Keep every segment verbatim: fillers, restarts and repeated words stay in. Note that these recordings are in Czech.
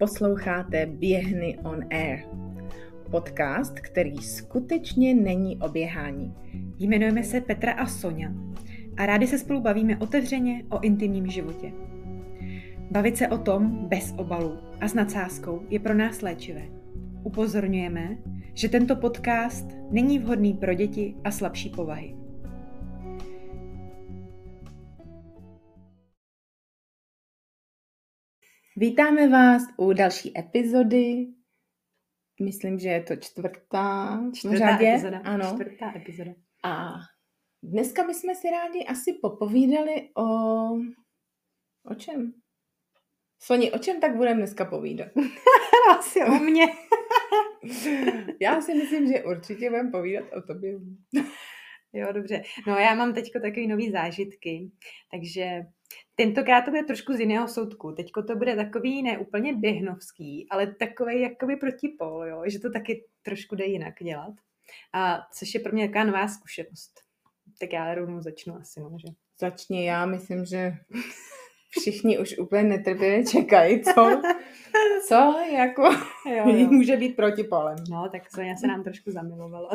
Posloucháte Běhny on Air. Podcast, který skutečně není o běhání. Jmenujeme se Petra a Soňa a rádi se spolu bavíme otevřeně o intimním životě. Bavit se o tom bez obalu a s nadsázkou je pro nás léčivé. Upozorňujeme, že tento podcast není vhodný pro děti a slabší povahy. Vítáme vás u další epizody. Myslím, že je to čtvrtá, Čtvrtá řadě. epizoda. Ano. Čtvrtá epizoda. A dneska bychom si rádi asi popovídali o... O čem? Soni, o čem tak budeme dneska povídat? Asi o mě. Já si myslím, že určitě budeme povídat o tobě. Jo, dobře. No já mám teďko takový nový zážitky, takže tentokrát to bude trošku z jiného soudku. Teďko to bude takový ne úplně běhnovský, ale takový jakoby protipol, jo? Že to taky trošku jde jinak dělat. A což je pro mě taková nová zkušenost. Tak já rovnou začnu asi, no, že? Začni, já myslím, že všichni už úplně netrpělivě čekají, co, co jako Jo, jo. může být protipolem. No, tak Sonja se nám trošku zamilovala.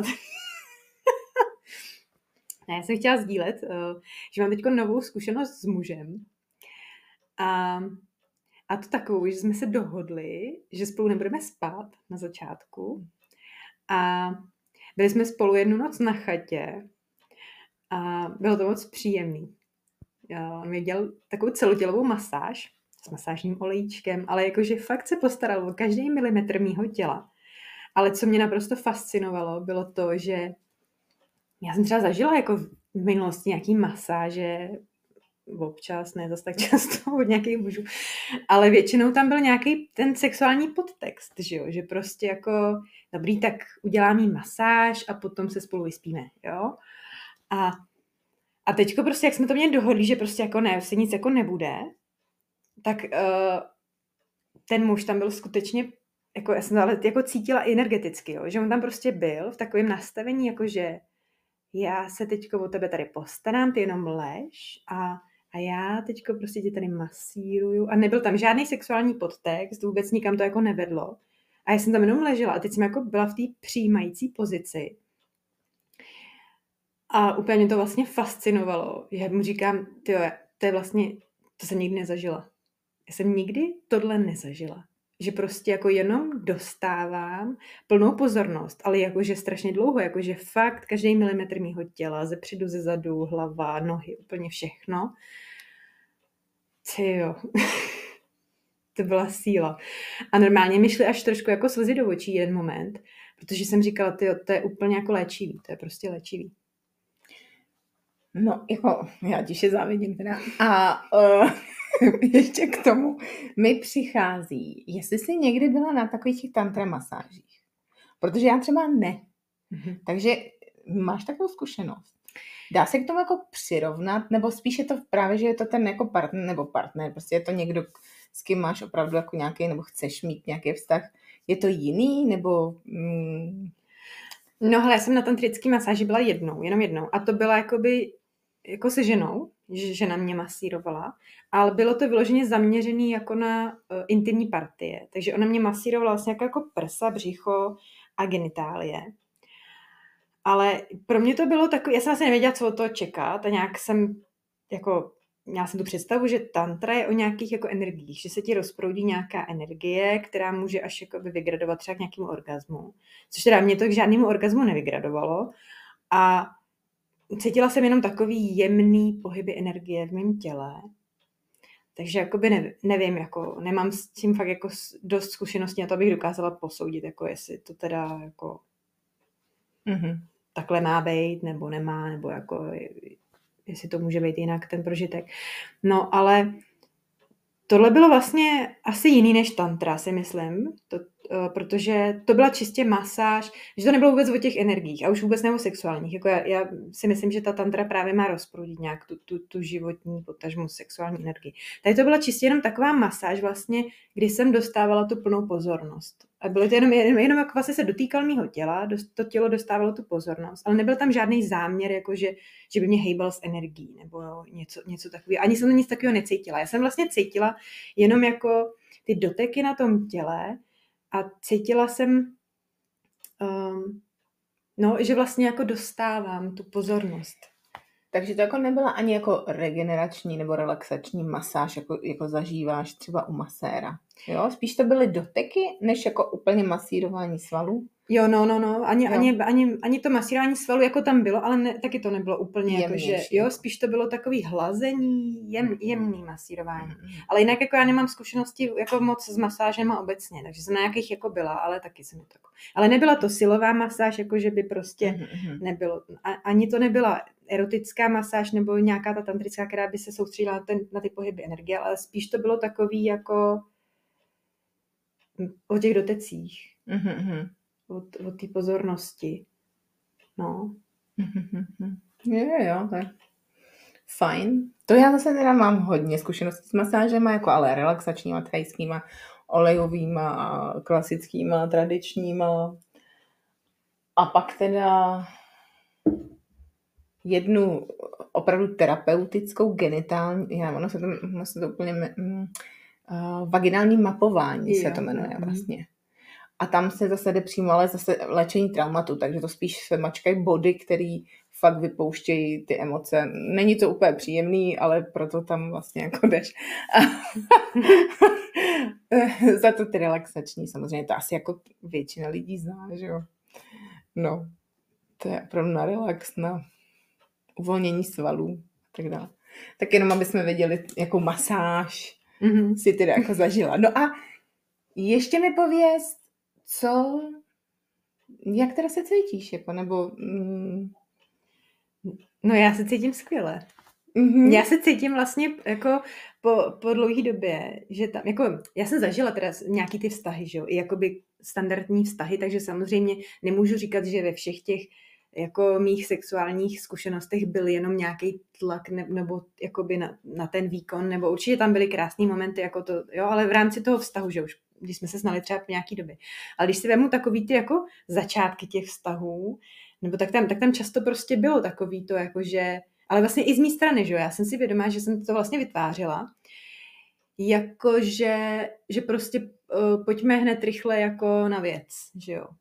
Ne, já jsem chtěla sdílet, že mám teď novou zkušenost s mužem. A, a to takovou, že jsme se dohodli, že spolu nebudeme spát na začátku. A byli jsme spolu jednu noc na chatě. A bylo to moc příjemný. On mi dělal takovou celotělovou masáž s masážním olejčkem, ale jakože fakt se postaral o každý milimetr mýho těla. Ale co mě naprosto fascinovalo, bylo to, že já jsem třeba zažila jako v minulosti nějaký masáže, občas, ne zase tak často od nějakých mužů, ale většinou tam byl nějaký ten sexuální podtext, že jo, že prostě jako dobrý, tak udělám jí masáž a potom se spolu vyspíme, jo. A, a teďko prostě, jak jsme to měli dohodli, že prostě jako ne, se nic jako nebude, tak uh, ten muž tam byl skutečně, jako já jsem to ale jako cítila energeticky, jo, že on tam prostě byl v takovém nastavení, jakože já se teďko o tebe tady postarám, ty jenom lež a, a já teďko prostě tě tady masíruju. A nebyl tam žádný sexuální podtext, vůbec nikam to jako nevedlo. A já jsem tam jenom ležela a teď jsem jako byla v té přijímající pozici. A úplně mě to vlastně fascinovalo. Já mu říkám, tyjo, to je vlastně, to jsem nikdy nezažila. Já jsem nikdy tohle nezažila. Že prostě jako jenom dostávám plnou pozornost, ale jakože strašně dlouho, jakože fakt každý milimetr mýho těla, ze předu, ze zadu, hlava, nohy, úplně všechno. Tyjo, to byla síla. A normálně mi šly až trošku jako slzy do očí jeden moment, protože jsem říkala, tyjo, to je úplně jako léčivý, to je prostě léčivý. No, jako, já tiše závidím teda. A uh, ještě k tomu mi přichází, jestli jsi někdy byla na takových těch tantra masážích. Protože já třeba ne. Mm-hmm. Takže máš takovou zkušenost. Dá se k tomu jako přirovnat, nebo spíš je to právě, že je to ten jako partner, nebo partner, prostě je to někdo, s kým máš opravdu jako nějaký, nebo chceš mít nějaký vztah. Je to jiný, nebo... Mm... No hele, já jsem na tantrický masáži byla jednou, jenom jednou. A to byla jakoby jako se ženou, že žena mě masírovala, ale bylo to vyloženě zaměřené jako na uh, intimní partie. Takže ona mě masírovala vlastně jako, jako prsa, břicho a genitálie. Ale pro mě to bylo takové, já jsem vlastně nevěděla, co od toho čekat a nějak jsem, jako, měla jsem tu představu, že tantra je o nějakých jako energiích, že se ti rozproudí nějaká energie, která může až jako vygradovat třeba k nějakému orgazmu. Což teda mě to k žádnému orgazmu nevygradovalo a cítila jsem jenom takový jemný pohyby energie v mém těle. Takže jakoby nevím, nevím, jako nemám s tím fakt jako dost zkušeností na to, abych dokázala posoudit, jako jestli to teda jako mm-hmm. takhle má být, nebo nemá, nebo jako jestli to může být jinak ten prožitek. No, ale tohle bylo vlastně asi jiný než tantra, si myslím, to, uh, protože to byla čistě masáž, že to nebylo vůbec o těch energiích a už vůbec ne o sexuálních. Jako já, já si myslím, že ta tantra právě má rozproudit nějak tu, tu, tu životní, potažmu sexuální energii. Tady to byla čistě jenom taková masáž vlastně, kdy jsem dostávala tu plnou pozornost. A bylo to jenom, jenom, jenom jako vlastně se dotýkal mýho těla, to tělo dostávalo tu pozornost, ale nebyl tam žádný záměr, jako že, že by mě hejbal s energií nebo něco, něco takového. Ani jsem to nic takového necítila. Já jsem vlastně cítila jenom jako ty doteky na tom těle a cítila jsem, um, no, že vlastně jako dostávám tu pozornost. Takže to jako nebyla ani jako regenerační nebo relaxační masáž, jako, jako zažíváš třeba u maséra. Jo? Spíš to byly doteky, než jako úplně masírování svalů? Jo, no, no, no, ani, ani, ani, ani to masírování svalů jako tam bylo, ale ne, taky to nebylo úplně jako, že jo, spíš to bylo takový hlazení, jem, jemný masírování. Mm-hmm. Ale jinak jako já nemám zkušenosti jako moc s masážema obecně, takže jsem na nějakých jako byla, ale taky jsem to jako. Ale nebyla to silová masáž, jako že by prostě mm-hmm. nebylo, a, ani to nebyla erotická masáž nebo nějaká ta tantrická, která by se soustředila na, ten, na ty pohyby energie, ale spíš to bylo takový jako o těch dotecích. Mm-hmm. Od, od té pozornosti. No. Jo, jo, tak fajn. To já zase teda mám hodně zkušeností s masážema, jako ale relaxačníma, thajskýma, olejovýma, klasickýma, tradičníma. A pak teda jednu opravdu terapeutickou genitální, já, ono se to, ono se to úplně uh, vaginální mapování jo, se to jmenuje jo. vlastně. A tam se zase jde přímo, ale zase léčení traumatu, takže to spíš se mačkají body, který fakt vypouštějí ty emoce. Není to úplně příjemný, ale proto tam vlastně jako jdeš. Za to ty relaxační, samozřejmě to asi jako většina lidí zná, že jo. No, to je opravdu na relax, na uvolnění svalů a tak dále. Tak jenom, aby jsme věděli, jakou masáž mm-hmm. si teda jako zažila. No a ještě mi pověz, co, jak teda se cítíš, jako, nebo... Mm... No já se cítím skvěle. Mm-hmm. Já se cítím vlastně jako po, po dlouhé době, že tam, jako, já jsem zažila teda nějaký ty vztahy, že jo, i jakoby standardní vztahy, takže samozřejmě nemůžu říkat, že ve všech těch jako mých sexuálních zkušenostech byl jenom nějaký tlak ne, nebo jakoby na, na ten výkon, nebo určitě tam byly krásné momenty, jako to, jo, ale v rámci toho vztahu, že už když jsme se znali třeba v nějaký době. Ale když si vemu takový ty jako začátky těch vztahů, nebo tak tam, tak tam často prostě bylo takový to, jako že, ale vlastně i z mé strany, že jo, já jsem si vědomá, že jsem to vlastně vytvářela, jakože, že prostě uh, pojďme hned rychle jako na věc, že jo.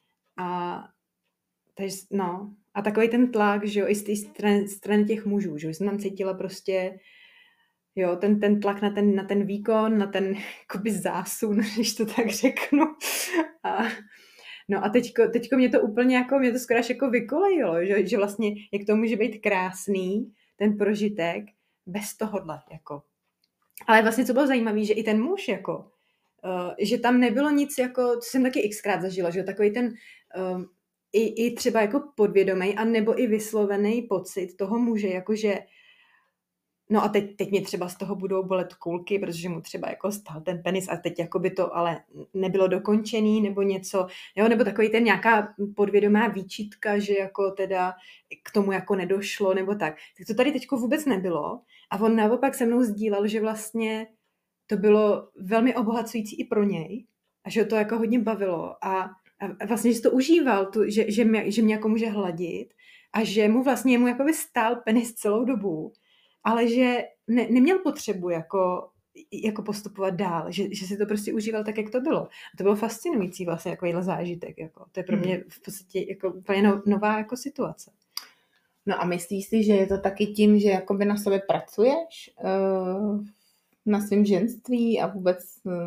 A takže, no, a takový ten tlak, že jo, i z té strany, strany těch mužů, že jo, jsem tam cítila prostě jo, ten, ten tlak na ten, na ten výkon, na ten jakoby zásun, když to tak řeknu. A, no a teďko, teďko mě to úplně jako, mě to skoro až jako vykolejilo, že, že vlastně jak to může být krásný, ten prožitek, bez tohohle, jako. Ale vlastně co bylo zajímavé, že i ten muž, jako, uh, že tam nebylo nic, jako, co jsem taky xkrát zažila, že takový ten uh, i, i třeba jako podvědomý, a nebo i vyslovený pocit toho muže, jakože no a teď, teď mě třeba z toho budou bolet kulky, protože mu třeba jako stál ten penis a teď jako by to ale nebylo dokončený nebo něco, jo, nebo takový ten nějaká podvědomá výčitka, že jako teda k tomu jako nedošlo nebo tak. Tak to tady teďko vůbec nebylo a on naopak se mnou sdílel, že vlastně to bylo velmi obohacující i pro něj a že to jako hodně bavilo a, a vlastně, že to užíval, tu, že, že, mě, že mě jako může hladit a že mu vlastně mu jako by stál penis celou dobu, ale že ne, neměl potřebu jako, jako postupovat dál, že, že si to prostě užíval tak, jak to bylo. A to bylo fascinující vlastně takovýhle zážitek. Jako. To je pro mě v podstatě jako úplně no, nová jako situace. No a myslíš si, že je to taky tím, že jakoby na sobě pracuješ, uh, na svém ženství a vůbec uh,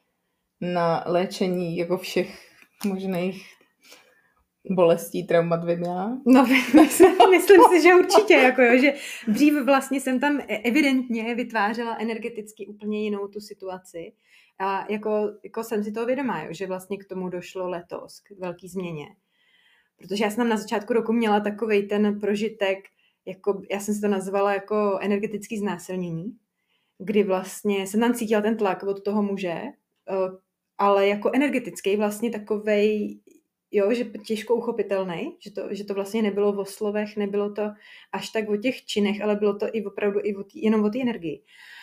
na léčení jako všech možných bolestí, traumat, vím já? No, myslím si, že určitě, jako jo, že dřív vlastně jsem tam evidentně vytvářela energeticky úplně jinou tu situaci a jako, jako jsem si toho vědomá, jo, že vlastně k tomu došlo letos, k velký změně. Protože já jsem tam na začátku roku měla takovej ten prožitek, jako, já jsem si to nazvala jako energetický znásilnění, kdy vlastně jsem tam cítila ten tlak od toho muže, ale jako energetický vlastně takovej, jo, že těžko uchopitelný, že to, že to vlastně nebylo o slovech, nebylo to až tak o těch činech, ale bylo to i opravdu i o tý, jenom o té energii.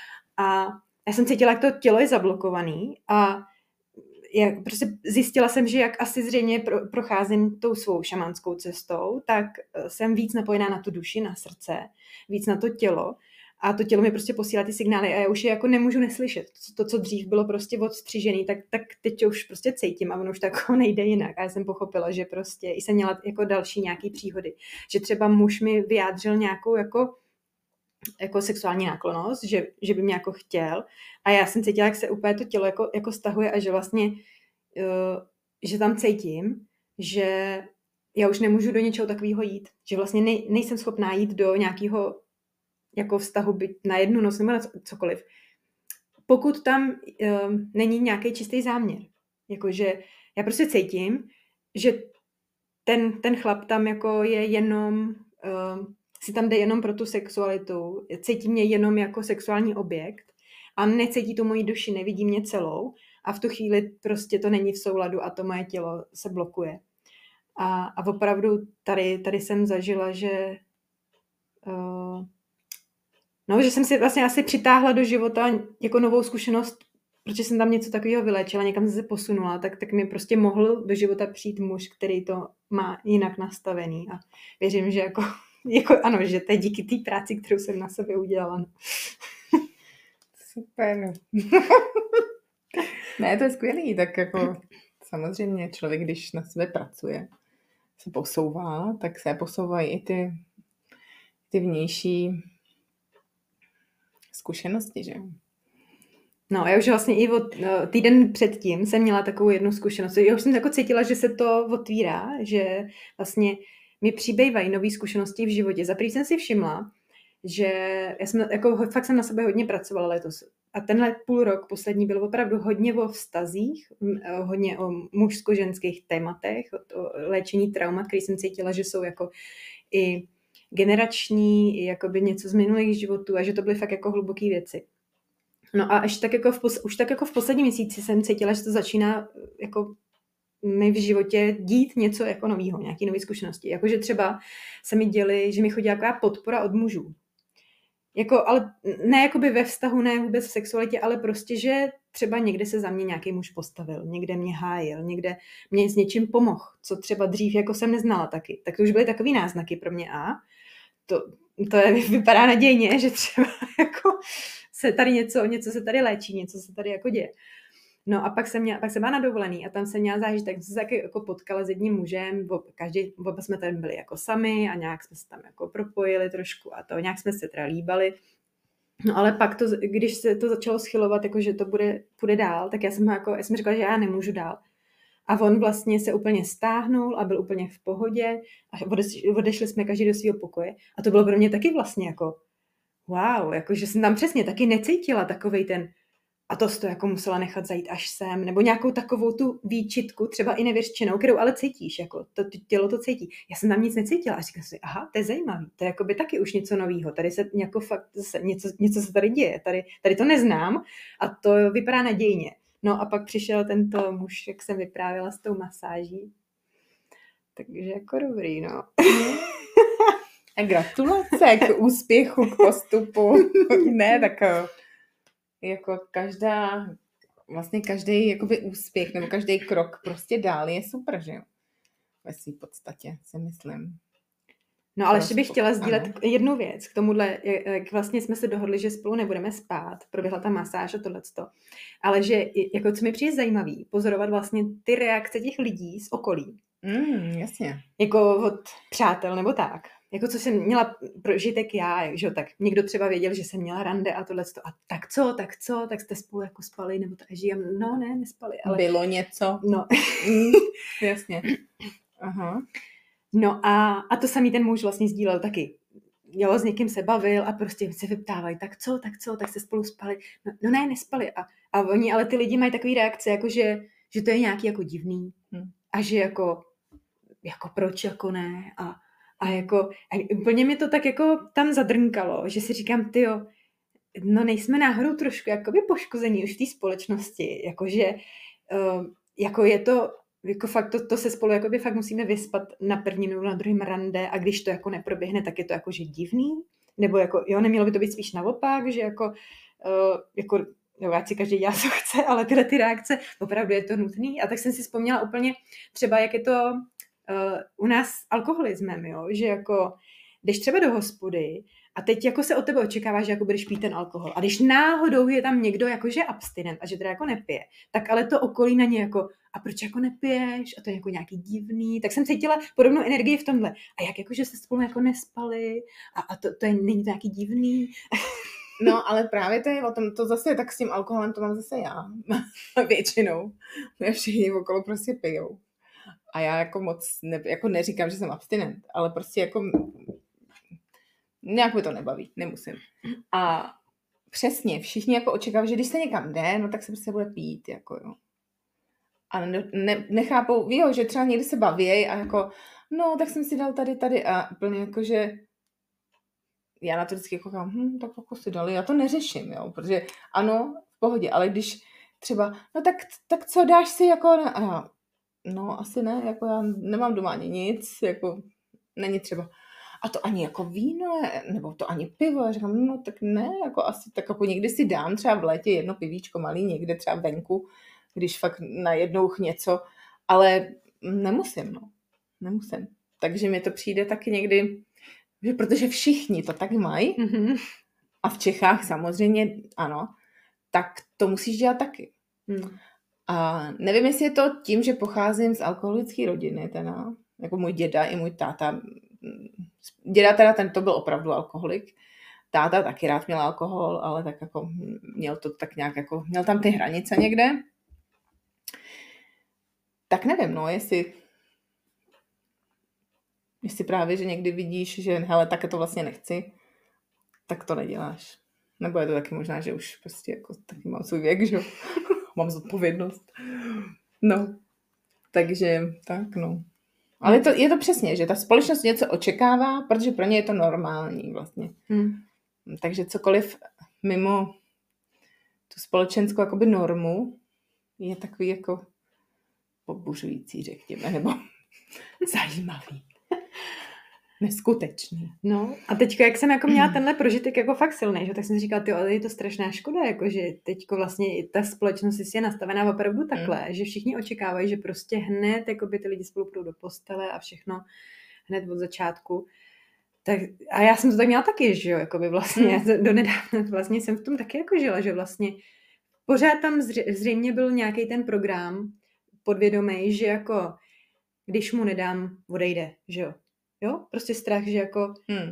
A já jsem cítila, jak to tělo je zablokovaný a jak, prostě zjistila jsem, že jak asi zřejmě pro, procházím tou svou šamanskou cestou, tak jsem víc napojená na tu duši, na srdce, víc na to tělo a to tělo mi prostě posílá ty signály a já už je jako nemůžu neslyšet. To, co dřív bylo prostě odstřižený, tak, tak teď už prostě cítím a ono už tak nejde jinak. A já jsem pochopila, že prostě i jsem měla jako další nějaký příhody. Že třeba muž mi vyjádřil nějakou jako, jako sexuální náklonnost, že, že by mě jako chtěl a já jsem cítila, jak se úplně to tělo jako, jako stahuje a že vlastně, uh, že tam cítím, že já už nemůžu do něčeho takového jít. Že vlastně nej, nejsem schopná jít do nějakého jako vztahu být na jednu noc nebo na cokoliv. Pokud tam uh, není nějaký čistý záměr. Jakože já prostě cítím, že ten, ten chlap tam jako je jenom, uh, si tam jde jenom pro tu sexualitu, cítí mě jenom jako sexuální objekt a necítí tu moji duši, nevidí mě celou a v tu chvíli prostě to není v souladu a to moje tělo se blokuje. A, a opravdu tady, tady jsem zažila, že uh, no, že jsem si vlastně asi přitáhla do života jako novou zkušenost, protože jsem tam něco takového vyléčila, někam jsem se posunula, tak, tak mi prostě mohl do života přijít muž, který to má jinak nastavený a věřím, že jako, jako ano, že to je díky té práci, kterou jsem na sobě udělala. Super. Ne, to je skvělý, tak jako samozřejmě člověk, když na sebe pracuje, se posouvá, tak se posouvají i ty, ty vnější zkušenosti, že? No, já už vlastně i od, no, týden předtím jsem měla takovou jednu zkušenost. Já už jsem jako cítila, že se to otvírá, že vlastně mi přibývají nové zkušenosti v životě. Za první jsem si všimla, že já jsem, jako, fakt jsem na sebe hodně pracovala letos. A tenhle půl rok poslední byl opravdu hodně o vztazích, hodně o mužsko-ženských tématech, o léčení traumat, který jsem cítila, že jsou jako i generační, i jakoby něco z minulých životů a že to byly fakt jako hluboké věci. No a až tak jako v pos, už tak jako v posledním měsíci jsem cítila, že to začíná jako mi v životě dít něco jako novýho, nějaký nový zkušenosti. Jakože třeba se mi děli, že mi chodí taková podpora od mužů. Jako, ale ne jakoby ve vztahu, ne vůbec v sexualitě, ale prostě, že třeba někde se za mě nějaký muž postavil, někde mě hájil, někde mě s něčím pomohl, co třeba dřív jako jsem neznala taky. Tak to už byly takový náznaky pro mě a to, to je, vypadá nadějně, že třeba jako se tady něco, něco se tady léčí, něco se tady jako děje. No a pak jsem, měla, pak jsem byla na dovolený a tam jsem měla zážitek, jsem se taky jako potkala s jedním mužem, každý, oba jsme tam byli jako sami a nějak jsme se tam jako propojili trošku a to, nějak jsme se teda líbali. No ale pak to, když se to začalo schylovat, jako že to bude, bude dál, tak já jsem, jako, já jsem řekla, že já nemůžu dál. A on vlastně se úplně stáhnul a byl úplně v pohodě a odešli, odešli jsme každý do svého pokoje a to bylo pro mě taky vlastně jako wow, jako že jsem tam přesně taky necítila takovej ten a to to jako musela nechat zajít až sem, nebo nějakou takovou tu výčitku, třeba i nevěřčenou, kterou ale cítíš, jako to, to tělo to cítí. Já jsem tam nic necítila a říkala si, aha, to je zajímavý, to je jako by taky už něco novýho, tady se jako fakt, zase něco, něco se tady děje, tady, tady to neznám a to vypadá nadějně. No a pak přišel tento muž, jak jsem vyprávěla s tou masáží, takže jako dobrý, no. A gratulace k úspěchu, k postupu. Ne, tak jako každá, vlastně každý jakoby úspěch nebo každý krok prostě dál je super, že jo? Ve své podstatě si myslím. No ale ještě bych chtěla sdílet ano. jednu věc k tomuhle, jak vlastně jsme se dohodli, že spolu nebudeme spát, proběhla ta masáž a tohleto, ale že jako co mi přijde zajímavý, pozorovat vlastně ty reakce těch lidí z okolí. Mm, jasně. Jako od přátel nebo tak. Jako co jsem měla prožitek já, že jo, tak někdo třeba věděl, že jsem měla rande a tohleto. A tak co, tak co, tak jste spolu jako spali, nebo tak říkám, no ne, nespali. Ale... Bylo něco. No. Mm, jasně. Aha. No a, a to samý ten muž vlastně sdílel taky. Jo, s někým se bavil a prostě se vyptávají, tak co, tak co, tak jste spolu spali. No, no ne, nespali. A, a oni, ale ty lidi mají takový reakce, jako že, že to je nějaký jako divný. Hmm. A že jako, jako proč jako ne. A, a jako, a úplně mi to tak jako tam zadrnkalo, že si říkám, tyjo, no nejsme náhodou trošku jakoby poškození už v té společnosti. Jakože, uh, jako je to, jako fakt to, to se spolu jakoby fakt musíme vyspat na prvním nebo na druhém rande a když to jako neproběhne, tak je to jakože divný, nebo jako, jo, nemělo by to být spíš naopak, že jako, uh, jako jo, ať si každý dělá, co chce, ale tyhle ty reakce, opravdu je to nutný a tak jsem si vzpomněla úplně třeba, jak je to uh, u nás s alkoholismem, jo, že jako jdeš třeba do hospody A teď jako se od tebe očekává, že jako budeš pít ten alkohol. A když náhodou je tam někdo jakože abstinent a že teda jako nepije, tak ale to okolí na ně jako, a proč jako nepiješ? A to je jako nějaký divný. Tak jsem cítila podobnou energii v tomhle. A jak jako, že jste spolu jako nespali? A, a to, to je, není to nějaký divný? No, ale právě to je o tom, to zase tak s tím alkoholem, to mám zase já. Většinou. Mě všichni okolo prostě pijou. A já jako moc, ne, jako neříkám, že jsem abstinent, ale prostě jako nějak mi to nebaví, nemusím. A přesně, všichni jako očekávají, že když se někam jde, no tak se prostě bude pít, jako jo. A ne, ne, nechápou, jo, že třeba někdy se baví a jako, no, tak jsem si dal tady, tady a úplně jako, že já na to vždycky jako říkám, hm, tak jako si dali, já to neřeším, jo, protože ano, v pohodě, ale když třeba, no tak, tak co dáš si jako, a já, no asi ne, jako já nemám doma ani nic, jako není třeba, a to ani jako víno, nebo to ani pivo, já říkám, no tak ne, jako asi, tak jako někdy si dám třeba v létě jedno pivíčko malý, někde třeba venku, když fakt najednou něco, ale nemusím, no, nemusím. Takže mi to přijde taky někdy, že protože všichni to tak mají, mm-hmm. a v Čechách samozřejmě ano, tak to musíš dělat taky. Mm. A nevím, jestli je to tím, že pocházím z alkoholické rodiny, teda, jako můj děda i můj táta. Děda teda ten to byl opravdu alkoholik. Táta taky rád měl alkohol, ale tak jako měl to tak nějak jako, měl tam ty hranice někde. Tak nevím, no, jestli jestli právě, že někdy vidíš, že hele, také to vlastně nechci, tak to neděláš. Nebo je to taky možná, že už prostě jako taky mám svůj věk, že jo? Mám zodpovědnost. No, takže tak, no. Ale to, je to přesně, že ta společnost něco očekává, protože pro ně je to normální vlastně. Hmm. Takže cokoliv mimo tu společenskou jakoby normu je takový jako pobuřující, řekněme, nebo zajímavý. Neskutečný. No a teďko, jak jsem jako měla tenhle prožitek jako fakt silný, že, tak jsem si říkala, tyjo, ale je to strašná škoda, jako, že teďko vlastně ta společnost je nastavená opravdu takhle, mm. že všichni očekávají, že prostě hned jako by ty lidi spolu půjdou do postele a všechno hned od začátku. Tak, a já jsem to tak měla taky, že jo, jako by vlastně mm. do nedávna vlastně jsem v tom taky jako žila, že vlastně pořád tam zře- zřejmě byl nějaký ten program podvědomý, že jako když mu nedám, odejde, že jo. Jo, prostě strach, že jako... Hmm.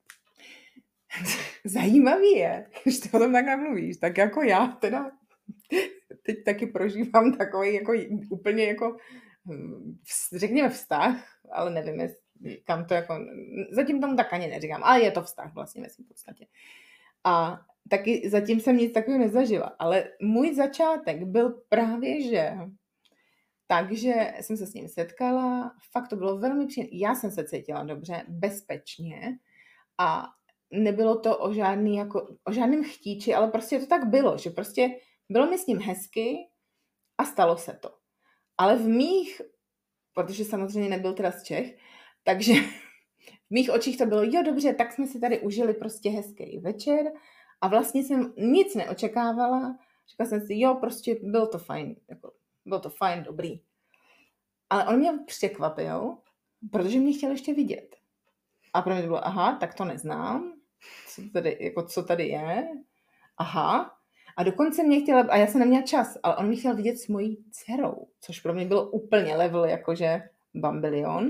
Zajímavý je, když ty o tom takhle mluvíš, tak jako já teda teď taky prožívám takový jako úplně jako, řekněme vztah, ale nevím, jestli, kam to jako, zatím tomu tak ani neříkám, ale je to vztah vlastně ve svým podstatě. A taky zatím jsem nic takového nezažila, ale můj začátek byl právě, že takže jsem se s ním setkala, fakt to bylo velmi příjemné. Já jsem se cítila dobře, bezpečně a nebylo to o žádný, jako, o žádném chtíči, ale prostě to tak bylo, že prostě bylo mi s ním hezky a stalo se to. Ale v mých, protože samozřejmě nebyl teda z Čech, takže v mých očích to bylo, jo dobře, tak jsme si tady užili prostě hezký večer a vlastně jsem nic neočekávala. Říkala jsem si, jo, prostě bylo to fajn, jako bylo to fajn, dobrý. Ale on mě překvapil, protože mě chtěl ještě vidět. A pro mě to bylo, aha, tak to neznám. Co tady, jako, co tady je? Aha. A dokonce mě chtěl, a já jsem neměla čas, ale on mě chtěl vidět s mojí dcerou, což pro mě bylo úplně level, jakože bambilion.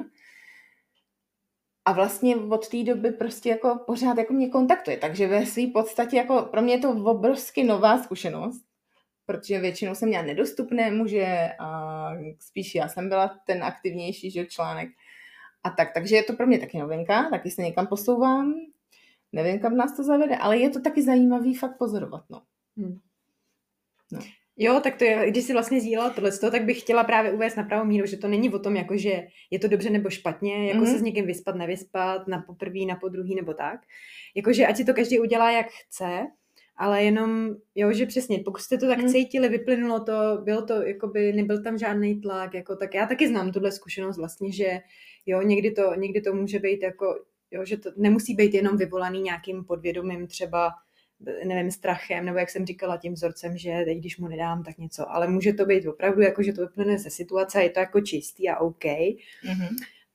A vlastně od té doby prostě jako pořád jako mě kontaktuje. Takže ve své podstatě jako pro mě je to obrovsky nová zkušenost. Protože většinou jsem měla nedostupné muže a spíš já jsem byla ten aktivnější, že článek. A tak, takže je to pro mě taky novinka, taky se někam posouvám. Nevím, kam nás to zavede, ale je to taky zajímavý fakt pozorovat, no. Hmm. no. Jo, tak to je, když jsi vlastně sdílela tohleto, tak bych chtěla právě uvést na pravou míru, že to není o tom, jako, že je to dobře nebo špatně, jako mm-hmm. se s někým vyspat, nevyspat, na poprvý, na podruhý nebo tak. Jakože ať si to každý udělá, jak chce, ale jenom, jo, že přesně, pokud jste to tak mm. cítili, vyplynulo to, bylo to, jakoby, nebyl tam žádný tlak, jako, tak já taky znám tuhle zkušenost vlastně, že jo, někdy to, někdy to může být jako, jo, že to nemusí být jenom vyvolaný nějakým podvědomým třeba, nevím, strachem, nebo jak jsem říkala tím vzorcem, že teď, když mu nedám, tak něco, ale může to být opravdu, jako, že to vyplyne ze situace, je to jako čistý a OK. Mm-hmm.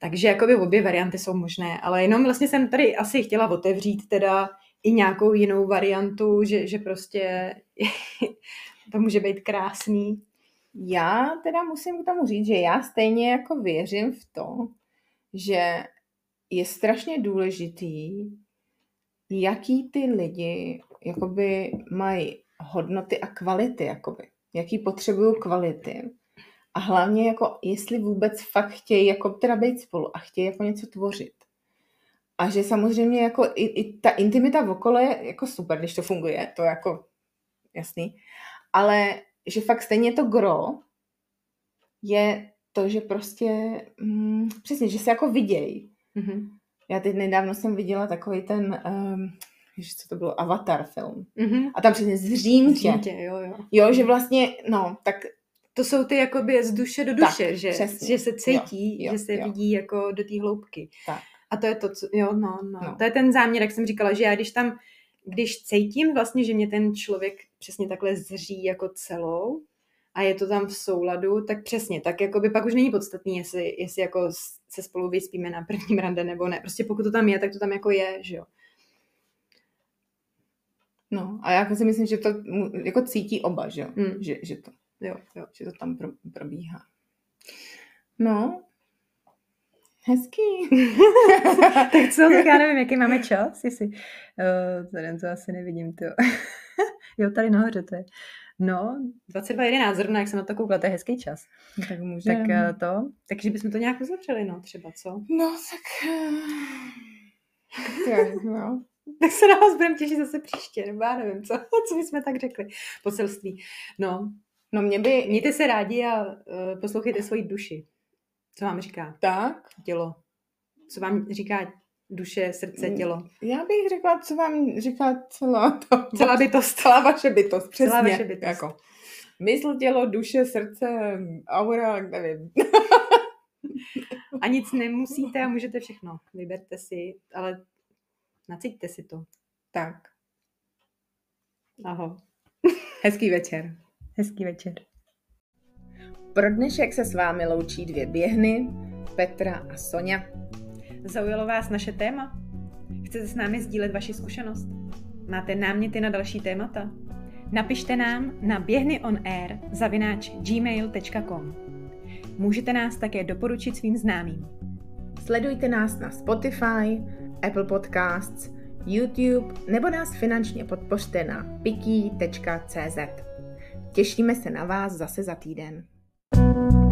Takže jakoby obě varianty jsou možné, ale jenom vlastně jsem tady asi chtěla otevřít teda i nějakou jinou variantu, že, že prostě to může být krásný. Já teda musím k tomu říct, že já stejně jako věřím v to, že je strašně důležitý, jaký ty lidi jakoby mají hodnoty a kvality, jakoby. Jaký potřebují kvality. A hlavně jako, jestli vůbec fakt chtějí jako teda být spolu a chtějí jako něco tvořit. A že samozřejmě jako i, i ta intimita v okole je jako super, když to funguje, to je jako jasný. Ale že fakt stejně to gro je to, že prostě mm, přesně, že se jako vidějí. Mm-hmm. Já teď nedávno jsem viděla takový ten, um, ježiš, co to bylo, Avatar film. Mm-hmm. A tam přesně zřím tě. tě. Jo, jo. jo, že vlastně, no, tak to jsou ty jakoby z duše do duše, tak, že, přesně. že se cítí, jo, jo, že se jo. vidí jako do té hloubky. Tak. A to je to, co, jo, no, no, no. To je ten záměr, jak jsem říkala, že já když tam, když cítím vlastně, že mě ten člověk přesně takhle zří jako celou a je to tam v souladu, tak přesně, tak jakoby pak už není podstatný, jestli, jestli jako se spolu vyspíme na prvním rande nebo ne. Prostě pokud to tam je, tak to tam jako je, že jo. No a já si myslím, že to jako cítí oba, že jo, mm. že, že, to, jo, jo. že to tam pro, probíhá. No, hezký. Tak co, tak já nevím, jaký máme čas, jestli, uh, tady to asi nevidím, to. Jo, tady nahoře to je. No, dvacet dva jedenáct, zrovna jak jsem na to koukla, to je hezký čas. Tak můžeme. Tak uh, to, takže bychom to nějak uzavřeli, no, třeba, co? No, tak... tak, no. Tak se na vás budeme těšit zase příště, nebo já nevím, co, co bychom tak řekli. Poselství. No, no mě by... Mějte se rádi a uh, poslouchejte svoji duši. Co vám říká? Tak. Tělo. Co vám říká duše, srdce, tělo? Já bych řekla, co vám říká celá to... Celá bytost. Celá vaše bytost, přesně. Celá vaše bytost. Jako. Mysl, tělo, duše, srdce, aura, nevím. A nic nemusíte a můžete všechno. Vyberte si, ale nacíťte si to. Tak. Aho. Hezký večer. Hezký večer. Pro dnešek se s vámi loučí dvě běhny, Petra a Soňa. Zaujalo vás naše téma? Chcete s námi sdílet vaši zkušenost? Máte náměty na další témata? Napište nám na běhnyonair zavináč gmail tečka com. Můžete nás také doporučit svým známým. Sledujte nás na Spotify, Apple Podcasts, YouTube nebo nás finančně podpořte na piky tečka cé zet. Těšíme se na vás zase za týden.